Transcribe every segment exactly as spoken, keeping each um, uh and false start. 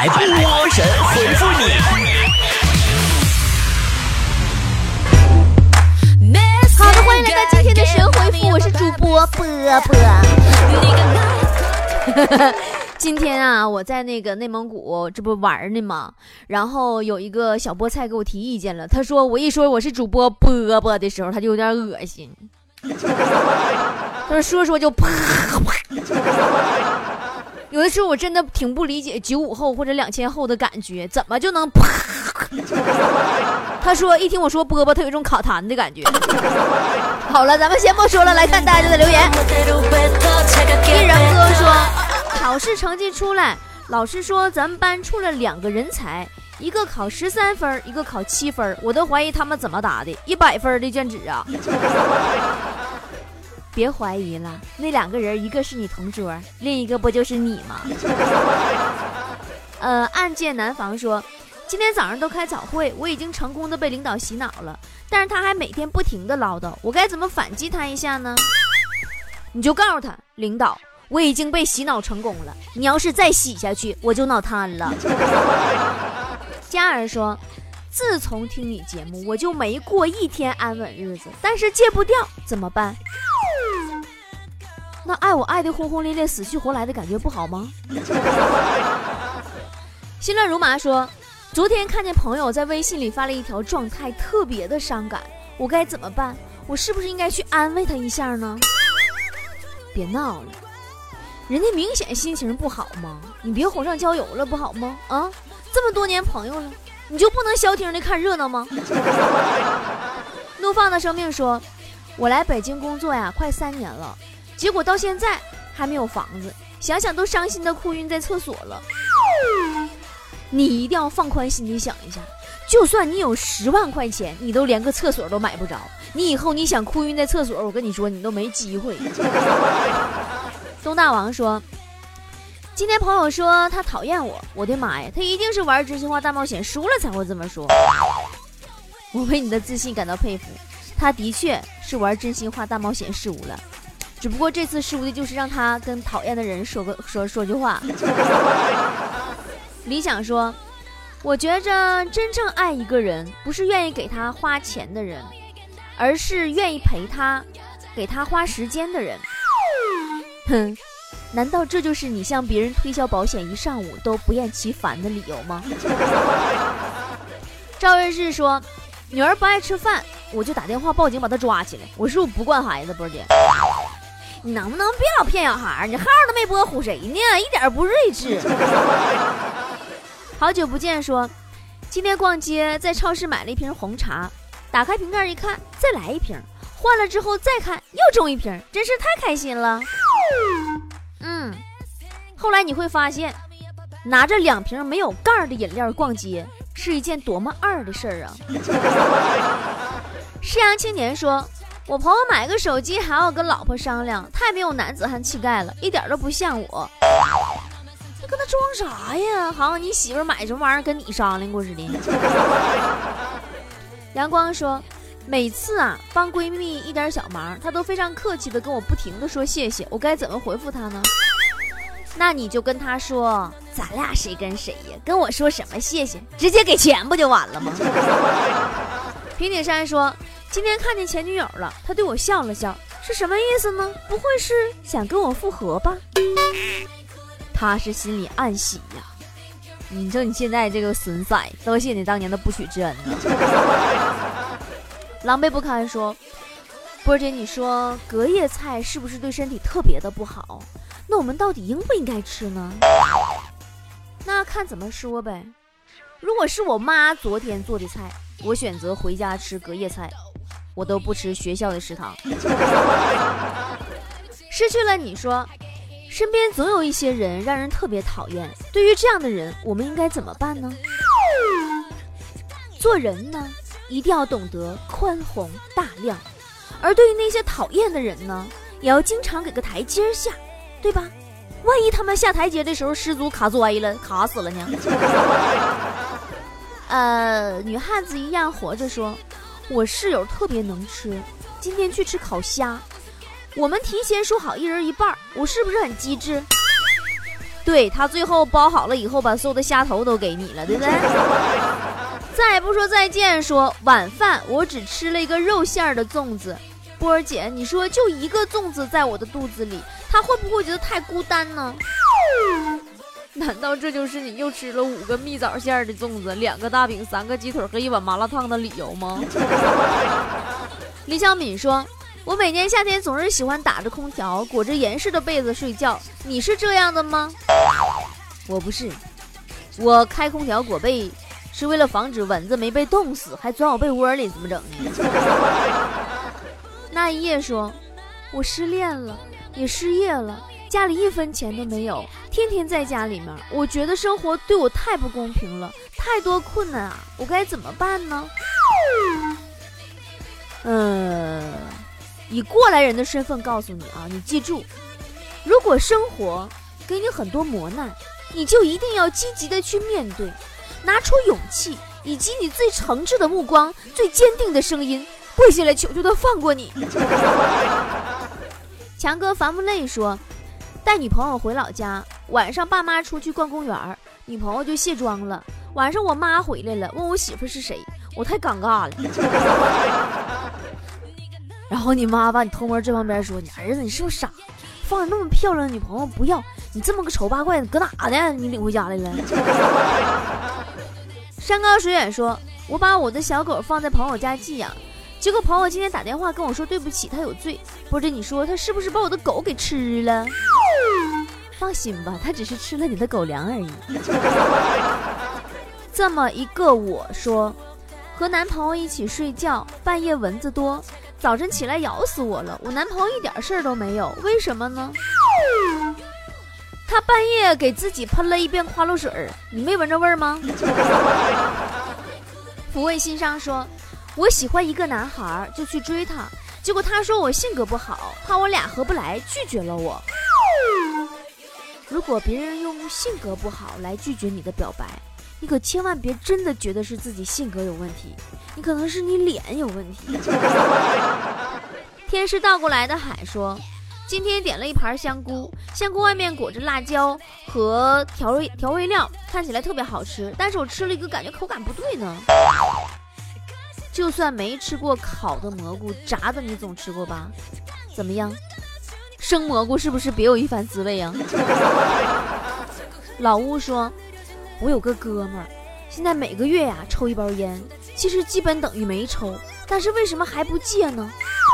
波神回复你。 好的，欢迎来到今天的神回复，我是主播波波。今天啊，我在那个内蒙古，这不玩呢吗？然后有一个小菠菜给我提意见了，他说我一说我是主播波波的时候，他就有点恶心。他说说说就啪啪。有的时候我真的挺不理解九五后或者两千后的感觉，怎么就能啪？他说一听我说波波，他有一种卡痰的感觉。好了，咱们先不说了，来看大家的留言。一人哥说，考试成绩出来，老师说咱们班出了两个人才，一个考十三分，一个考七分，我都怀疑他们怎么答的，一百分的卷纸啊。别怀疑了，那两个人一个是你同桌，另一个不就是你吗？呃，暗箭南房说，今天早上都开早会，我已经成功的被领导洗脑了，但是他还每天不停的唠叨，我该怎么反击他一下呢？你就告诉他，领导，我已经被洗脑成功了，你要是再洗下去，我就脑瘫了。嘉儿说，自从听你节目，我就没过一天安稳日子，但是戒不掉，怎么办？那爱我爱的轰轰烈烈死去活来的感觉不好吗？心乱如麻说，昨天看见朋友在微信里发了一条状态特别的伤感，我该怎么办？我是不是应该去安慰他一下呢？别闹了，人家明显心情不好吗？你别火上浇油了不好吗？啊，这么多年朋友了，你就不能消停的看热闹吗？怒放的生命说，我来北京工作呀快三年了，结果到现在还没有房子，想想都伤心的哭晕在厕所了。你一定要放宽心地想一下，就算你有十万块钱，你都连个厕所都买不着，你以后你想哭晕在厕所，我跟你说你都没机会。东大王说，今天朋友说他讨厌我，我的妈呀，他一定是玩真心话大冒险输了才会这么说。我为你的自信感到佩服，他的确是玩真心话大冒险输了，只不过这次输的就是让他跟讨厌的人说个说说句话。理想说，我觉着真正爱一个人，不是愿意给他花钱的人，而是愿意陪他给他花时间的人。哼，难道这就是你向别人推销保险一上午都不厌其烦的理由吗？赵日志说，女儿不爱吃饭，我就打电话报警把她抓起来，我是不是不惯孩子？波姐，你能不能别老骗小孩，你号都没拨唬谁呢？一点不睿智。好久不见说，今天逛街在超市买了一瓶红茶，打开瓶盖一看，再来一瓶，换了之后再看又中一瓶，真是太开心了。嗯，后来你会发现，拿着两瓶没有盖的饮料逛街是一件多么二的事儿啊。诗阳青年说，我朋友买个手机还要跟老婆商量，太没有男子汉气概了，一点都不像我。你跟他装啥呀？好像你媳妇买什么玩意儿跟你商量过似的。阳光说，每次啊帮闺蜜一点小忙，她都非常客气的跟我不停的说谢谢，我该怎么回复她呢？那你就跟她说，咱俩谁跟谁呀？跟我说什么谢谢，直接给钱不就完了吗？平顶山说，今天看见前女友了，她对我笑了笑，是什么意思呢？不会是想跟我复合吧？他是心里暗喜呀，你说你现在这个损色都谢你当年的不娶之恩呢。狼狈不堪说，波姐，你说隔夜菜是不是对身体特别的不好？那我们到底应不应该吃呢？那看怎么说呗。如果是我妈昨天做的菜，我选择回家吃隔夜菜，我都不吃学校的食堂。失去了你说，身边总有一些人让人特别讨厌，对于这样的人我们应该怎么办呢？做人呢一定要懂得宽宏大量，而对于那些讨厌的人呢，也要经常给个台阶下，对吧？万一他们下台阶的时候失足卡摔了，卡死了呢？呃，女汉子一样活着说，我室友特别能吃，今天去吃烤虾，我们提前说好一人一半，我是不是很机智？ 对，他最后包好了以后，把所有的虾头都给你了，对不对？再不说再见，说晚饭我只吃了一个肉馅的粽子。波儿姐，你说就一个粽子在我的肚子里，他会不会觉得太孤单呢？难道这就是你又吃了五个蜜枣馅的粽子、两个大饼、三个鸡腿和一碗麻辣烫的理由吗？李小敏说，我每年夏天总是喜欢打着空调，裹着严实的被子睡觉，你是这样的吗？我不是，我开空调裹被是为了防止蚊子没被冻死，还钻我被窝里，怎么整呢？那一夜说，我失恋了，也失业了，家里一分钱都没有，天天在家里面，我觉得生活对我太不公平了，太多困难啊，我该怎么办呢？嗯，以过来人的身份告诉你啊，你记住，如果生活给你很多磨难，你就一定要积极的去面对，拿出勇气以及你最诚挚的目光，最坚定的声音，跪下来求求他放过你。强哥烦不累说，带女朋友回老家，晚上爸妈出去逛公园，女朋友就卸妆了。晚上我妈回来了，问我媳妇是谁，我太尴尬了。然后你妈吧，你偷摸这旁边说，你儿子你是不是傻，放着那么漂亮的女朋友不要，你这么个丑八怪搁哪呢？你领回家来了。山高水远说，我把我的小狗放在朋友家寄养，结果朋友今天打电话跟我说对不起，他有罪。不是你说他是不是把我的狗给吃了？放心吧，他只是吃了你的狗粮而已。这么一个我说，和男朋友一起睡觉，半夜蚊子多，早晨起来咬死我了，我男朋友一点事儿都没有，为什么呢？他半夜给自己喷了一遍花露水，你没闻着味儿吗？抚慰心伤说，我喜欢一个男孩就去追他，结果他说我性格不好，怕我俩合不来，拒绝了我。如果别人用性格不好来拒绝你的表白，你可千万别真的觉得是自己性格有问题，你可能是你脸有问题。天是倒过来的海说，今天点了一盘香菇，香菇外面裹着辣椒和调味调味料，看起来特别好吃，但是我吃了一个感觉口感不对呢。就算没吃过烤的蘑菇，炸的你总吃过吧？怎么样？生蘑菇是不是别有一番滋味啊？老乌说，我有个哥们儿，现在每个月呀、啊、抽一包烟，其实基本等于没抽，但是为什么还不戒呢？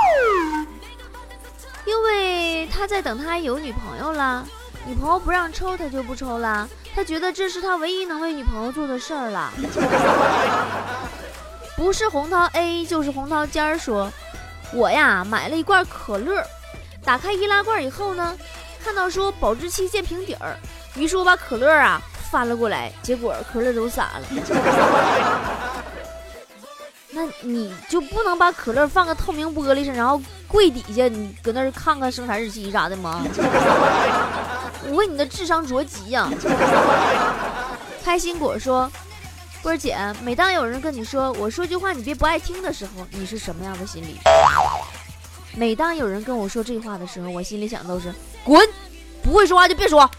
因为他在等他有女朋友啦，女朋友不让抽他就不抽啦，他觉得这是他唯一能为女朋友做的事儿啦。不是红桃 A 就是红桃尖儿说，我呀买了一罐可乐，打开易拉罐以后呢，看到说保质期见平底儿，于是我把可乐啊翻了过来，结果可乐都洒了。那你就不能把可乐放个透明玻璃上，然后柜底下你搁那儿看看生产日期啥的吗？我为你的智商着急呀、啊！开心果说，波儿姐，每当有人跟你说我说句话你别不爱听的时候，你是什么样的心理？每当有人跟我说这话的时候，我心里想都是滚，不会说话就别说。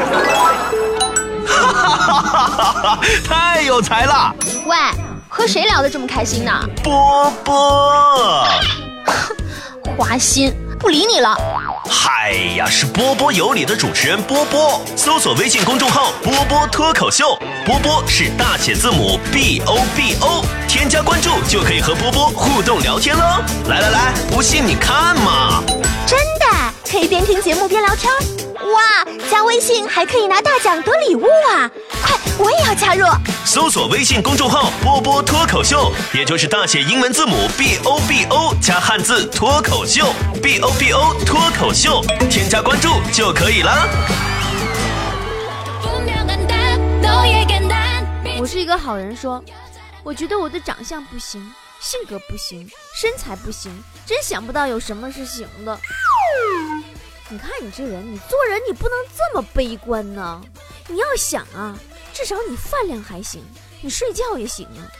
哈哈哈哈哈！太有才了！ 喂，和谁聊得这么开心呢？ 波波， 花心，不理你了。 嗨呀，是波波有理的主持人波波，搜索微信公众号波波脱口秀，波波是大写字母 B O B O， 添加关注就可以和波波互动聊天喽。来来来，不信你看嘛。 真的，可以边听节目边聊天。哇，加微信还可以拿大奖得礼物啊！快，我也要加入。 搜索微信公众号波波脱口秀，也就是大写英文字母 B O B O 加汉字脱口秀 B O B O 脱口秀，添加关注就可以了。 我是一个好人说，我觉得我的长相不行，性格不行，身材不行，真想不到有什么是行的。你看你这人，你做人你不能这么悲观呢。你要想啊，至少你饭量还行，你睡觉也行啊。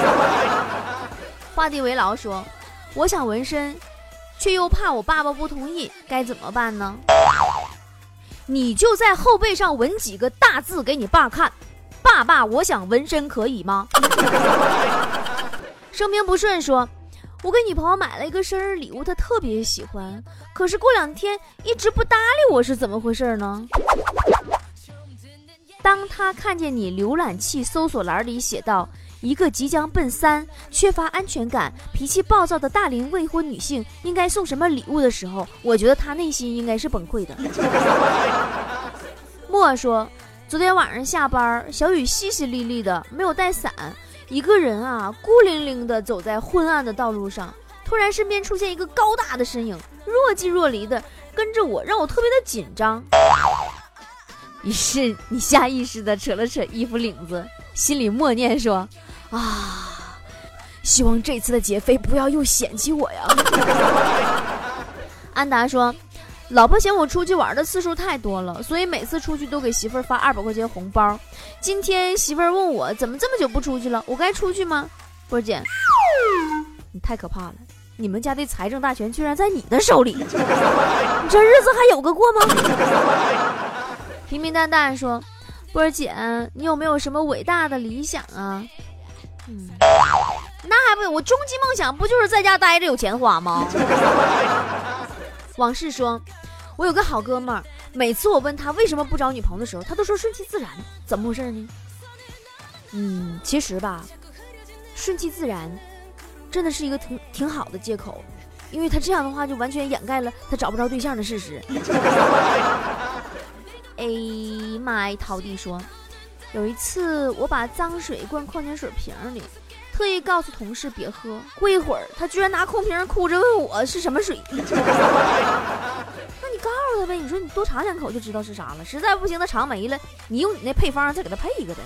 画地为牢说，我想纹身，却又怕我爸爸不同意，该怎么办呢？ 你就在后背上纹几个大字给你爸看，爸爸我想纹身可以吗？生平不顺说，我给女朋友买了一个生日礼物，她特别喜欢，可是过两天一直不搭理我，是怎么回事呢？当她看见你浏览器搜索栏里写道一个即将奔三、缺乏安全感、脾气暴躁的大龄未婚女性应该送什么礼物的时候，我觉得她内心应该是崩溃的。莫说，昨天晚上下班，小雨淅淅沥沥的，没有带伞，一个人啊孤零零的走在昏暗的道路上，突然身边出现一个高大的身影，若即若离的跟着我，让我特别的紧张。于是你下意识的扯了扯衣服领子，心里默念说啊，希望这次的劫匪不要又嫌弃我呀。安达说，老婆嫌我出去玩的次数太多了，所以每次出去都给媳妇儿发二百块钱红包。今天媳妇儿问我怎么这么久不出去了，我该出去吗？波儿姐，你太可怕了，你们家的财政大权居然在你的手里，你这日子还有个过吗？平平淡淡说，波儿姐，你有没有什么伟大的理想啊？嗯，那还不有，我终极梦想不就是在家待着有钱花吗？往事说，我有个好哥们儿，每次我问他为什么不找女朋友的时候，他都说顺其自然，怎么回事呢？嗯，其实吧，顺其自然真的是一个挺挺好的借口，因为他这样的话就完全掩盖了他找不着对象的事实。A 麦陶地说，有一次我把脏水灌矿泉水瓶里，特意告诉同事别喝，过一会儿他居然拿空瓶哭着问我是什么水。那你告诉他呗，你说你多尝两口就知道是啥了，实在不行他尝没了，你用你那配方再给他配一个呗。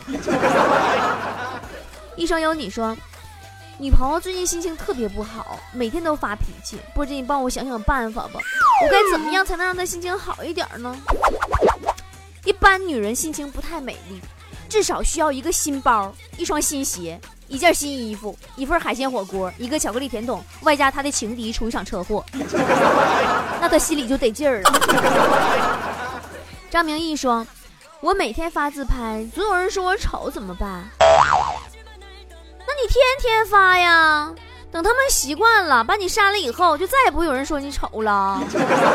一生有你说，女朋友最近心情特别不好，每天都发脾气，波姐你帮我想想办法吧，我该怎么样才能让她心情好一点呢？一般女人心情不太美丽，至少需要一个新包，一双新鞋，一件新衣服，一份海鲜火锅，一个巧克力甜筒，外加他的情敌出一场车祸，那他心里就得劲儿了。张明义说，我每天发自拍，总有人说我丑，怎么办？那你天天发呀，等他们习惯了，把你删了以后，就再也不会有人说你丑了。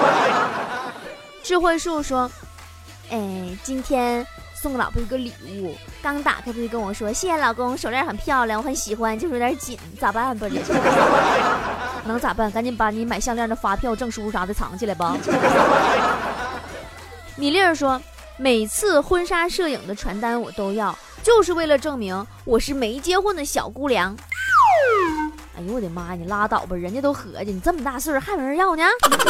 智慧树说，哎，今天送老婆一个礼物，刚打开他就跟我说，谢谢老公，手链很漂亮，我很喜欢，就是有点紧，咋办吧？这能咋办？赶紧把你买项链的发票证书啥的藏起来吧。米粒儿说，每次婚纱摄影的传单我都要，就是为了证明我是没结婚的小姑娘。哎呦我的妈呀，你拉倒吧，人家都合计你这么大岁数还没人要呢。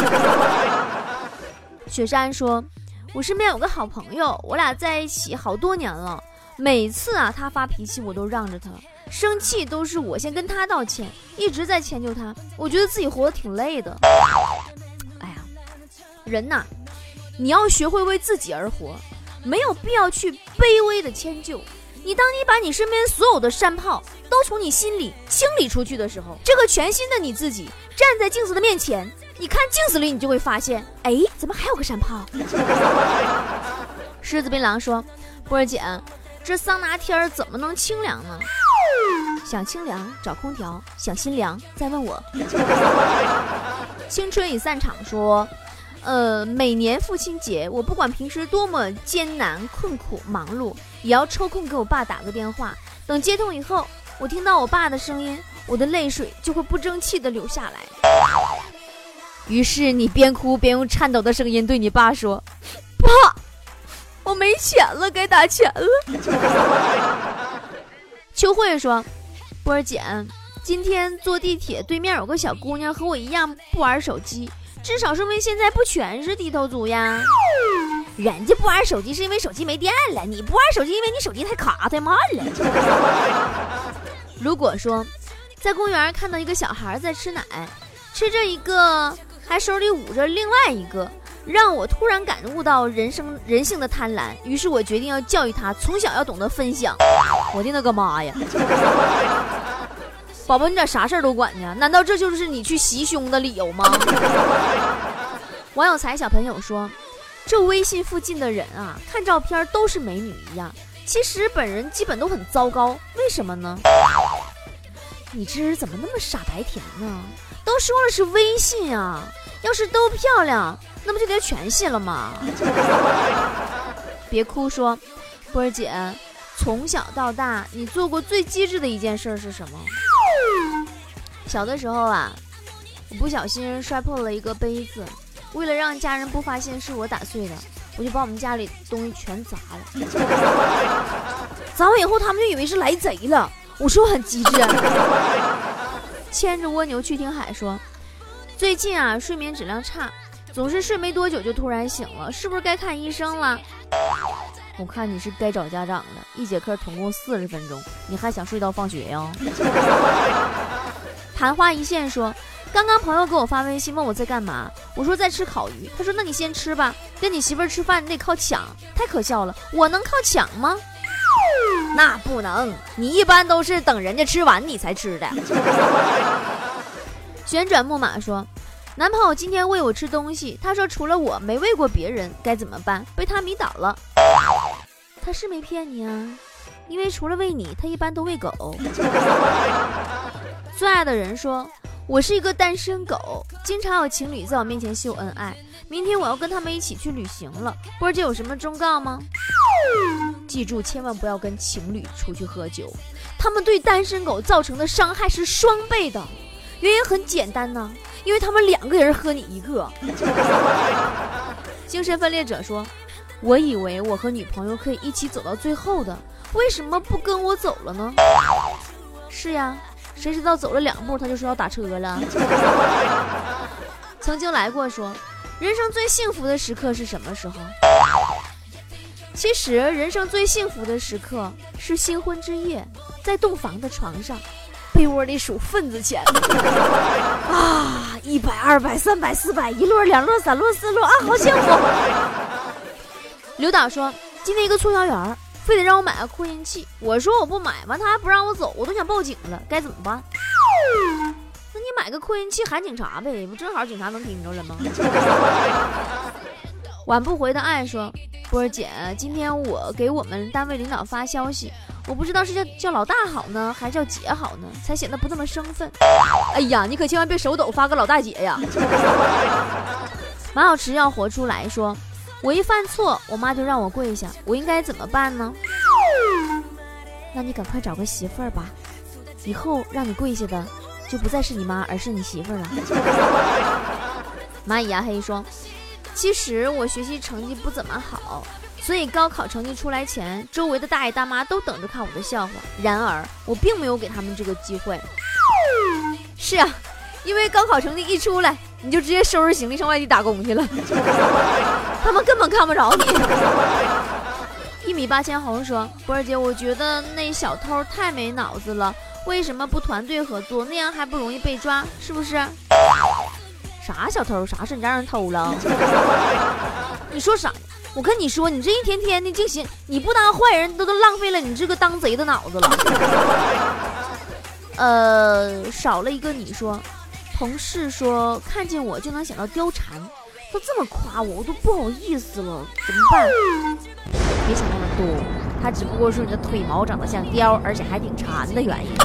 雪山说，我身边有个好朋友，我俩在一起好多年了，每次啊他发脾气我都让着他，生气都是我先跟他道歉，一直在迁就他，我觉得自己活得挺累的。哎呀，人呐，你要学会为自己而活，没有必要去卑微的迁就。你当你把你身边所有的山炮都从你心里清理出去的时候，这个全新的你自己站在镜子的面前，你看镜子里你就会发现，哎，怎么还有个山炮？狮子槟榔说，波儿姐，这桑拿天怎么能清凉呢？想清凉找空调，想心凉再问我。青春已散场说，呃，每年父亲节，我不管平时多么艰难困苦忙碌，也要抽空给我爸打个电话，等接通以后，我听到我爸的声音，我的泪水就会不争气的流下来。于是你边哭边用颤抖的声音对你爸说，爸，我没钱了，该打钱了。秋慧说，波儿姐，今天坐地铁对面有个小姑娘和我一样不玩手机，至少说明现在不全是低头族呀。人家不玩手机是因为手机没电了，你不玩手机因为你手机太卡太慢了。如果说在公园看到一个小孩在吃奶，吃着一个还手里捂着另外一个，让我突然感悟到人生人性的贪婪，于是我决定要教育他从小要懂得分享。我的那个妈呀，宝宝你咋啥事儿都管呢？难道这就是你去袭胸的理由吗？王有才小朋友说， 这微信附近的人啊，看照片都是美女一样，其实本人基本都很糟糕，为什么呢？你这人怎么那么傻白甜呢？都说了是微信啊，要是都漂亮，那不就得全信了吗？别哭说，波儿姐，从小到大你做过最机智的一件事是什么？小的时候啊，我不小心摔破了一个杯子，为了让家人不发现是我打碎的，我就把我们家里东西全砸了。砸完以后他们就以为是来贼了，我说我很机智。牵着蜗牛去听海说，最近啊睡眠质量差，总是睡没多久就突然醒了，是不是该看医生了？我看你是该找家长了，一节课总共四十分钟，你还想睡到放学呀？昙花一现说，刚刚朋友给我发微信问我在干嘛，我说在吃烤鱼，他说那你先吃吧，跟你媳妇儿吃饭你得靠抢，太可笑了，我能靠抢吗？那不能，你一般都是等人家吃完你才吃的。旋转木马说，男朋友今天喂我吃东西，他说除了我没喂过别人，该怎么办？被他迷倒了。他是没骗你啊，因为除了喂你，他一般都喂狗。最爱的人说，我是一个单身狗，经常有情侣在我面前秀恩爱，明天我要跟他们一起去旅行了，波儿姐有什么忠告吗？记住千万不要跟情侣出去喝酒，他们对单身狗造成的伤害是双倍的。原因很简单呢，因为他们两个人喝你一个。精神分裂者说，我以为我和女朋友可以一起走到最后的，为什么不跟我走了呢？是呀，谁知道走了两步他就说要打车了。曾经来过说，人生最幸福的时刻是什么时候？其实人生最幸福的时刻是新婚之夜，在洞房的床上，被窝里数份子钱啊，一百、二百、三百、四百，一摞、两摞、三摞、四摞啊，好幸福。刘导说，今天一个促销员非得让我买个扩音器，我说我不买嘛，他还不让我走，我都想报警了，该怎么办？那你买个扩音器喊警察呗，不正好警察能听着了吗？晚不回的爱说，波儿姐，今天我给我们单位领导发消息，我不知道是叫叫老大好呢，还是叫姐好呢，才显得不那么生分。哎呀，你可千万别手抖发个老大姐呀。马小池要活出来说，我一犯错，我妈就让我跪下，我应该怎么办呢？那你赶快找个媳妇儿吧，以后让你跪下的就不再是你妈，而是你媳妇儿了。蚂蚁牙黑说，其实我学习成绩不怎么好，所以高考成绩出来前，周围的大爷大妈都等着看我的笑话。然而我并没有给他们这个机会。是啊，因为高考成绩一出来，你就直接收拾行李上外地打工去了，他们根本看不着你。一米八千红说，波儿姐，我觉得那小偷太没脑子了，为什么不团队合作，那样还不容易被抓，是不是？啥小偷？啥事你让人偷了？你说啥？我跟你说，你这一天天的就行，你不当坏人都都浪费了你这个当贼的脑子了。呃，少了一个你说，同事说看见我就能想到貂蝉，都这么夸我，我都不好意思了，怎么办？别想那么多，他只不过是你的腿毛长得像貂，而且还挺馋的原因。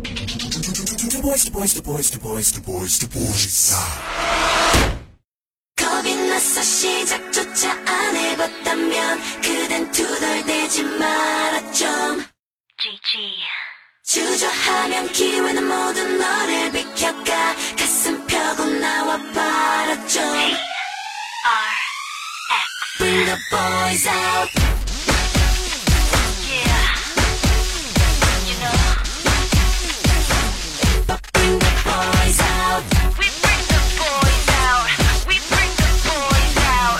boys, the boys, the boys, the boys, the boys, the boys. 되지 말아 좀 주저하면 기회는 모두 너를 비켜가 가슴 펴고 나와 봐라 좀 Bring the boys out Yeah You know Bring the boys out We bring the boys out We bring the boys out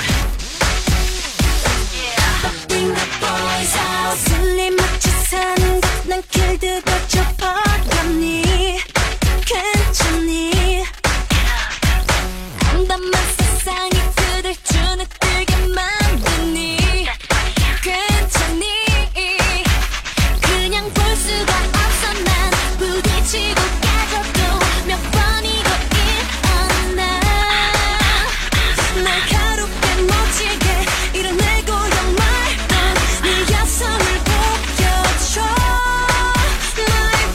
Yeah Bring the boys out 슬림맞춰 사는 것 난 길들여 좁아가니 괜찮니 암담한 세상이 그댈 주눅 들게 만드니 괜찮니 그냥 볼 수가 없어 난 부딪히고 깨져도 몇 번이고 일어나 날 가롭게 못지게 이뤄내고야 말던 네 야성을 보여줘 My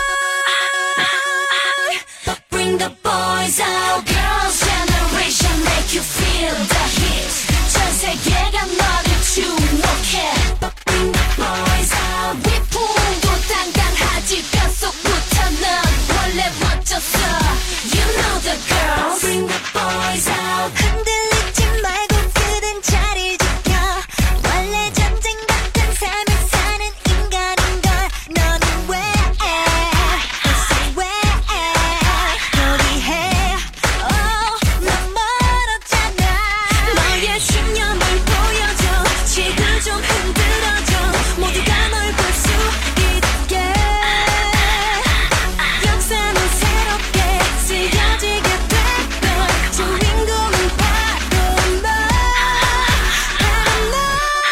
boy But bring the boys out Girls generation make you feel the heat 전 세계가 너를 주목해 But bring the boys out 위풍도 당당하지 뼛속부터 넌 원래 멋졌어 You know the girls Bring the boys out 흔들리지 말고 그댄 자리 지켜 원래 전쟁 같은 삶을 사는 인간인걸 너는 왜 대체 왜 포기해 Oh 난 멀었잖아 너의 신념을 보여줘 지구 좀 흔들어줘 모두가 널 볼 수 있게 역사는 새롭게 쓰여지게 됐던 주인공은 바로 너 바로 너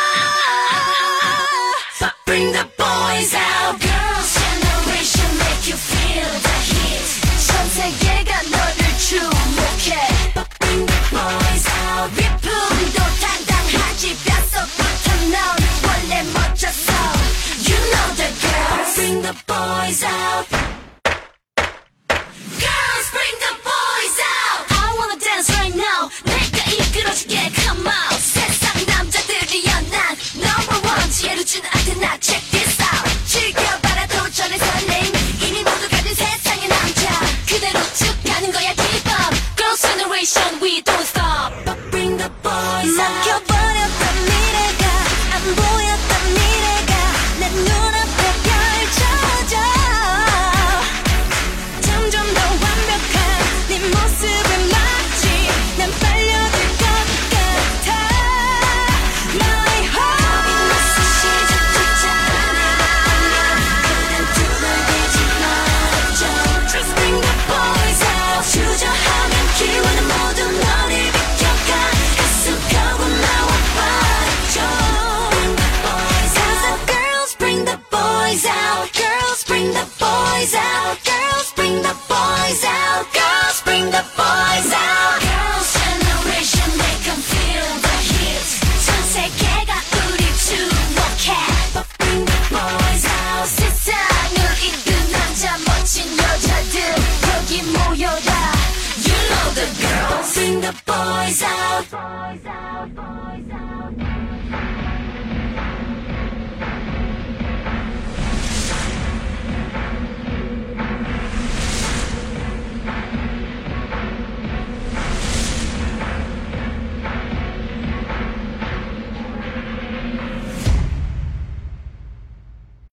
But bring the boys out Girls generation make you feel the heat 전 세계가 너를 주목해 But bring the boys out 위풍도 당당하지 뼛속부터 넌 원래 멋졌어 You know the girls Bring the boys out Girls bring the boys out I wanna dance right now 내가 이끌어줄게 come out 세상 남자들이여 난 number one 지혜로 주는 아테나 check this out 즐겨봐라 도전의 설렘 이미 모두 가진 세상의 남자 그대로 쭉 가는 거야 keep up Girls generation we don't stop But bring the boys out 막혀버렸던 미래가 안 보였던 미래가 내 눈앞에 펼쳐져 점점 더 완벽한 네 모습에 맞지 난 빨려들 것 같아 너의 호흡이 시작조차 그댄 두들기지 말아줘 Just bring the boys out 주저하면 기회는 모두 너를 비켜가 가슴 펴고 나와 봐줘 Bring the boys out Girls bring the boys out Girls bring the boys out Girls bring the boys out Girls bring the boys out Girls generation make them feel the heat 전 세계가 우리 주목해 But bring the boys out 세상을 이끈 남자 멋진 여자들 여기 모여라 You know the girls Bring the boys out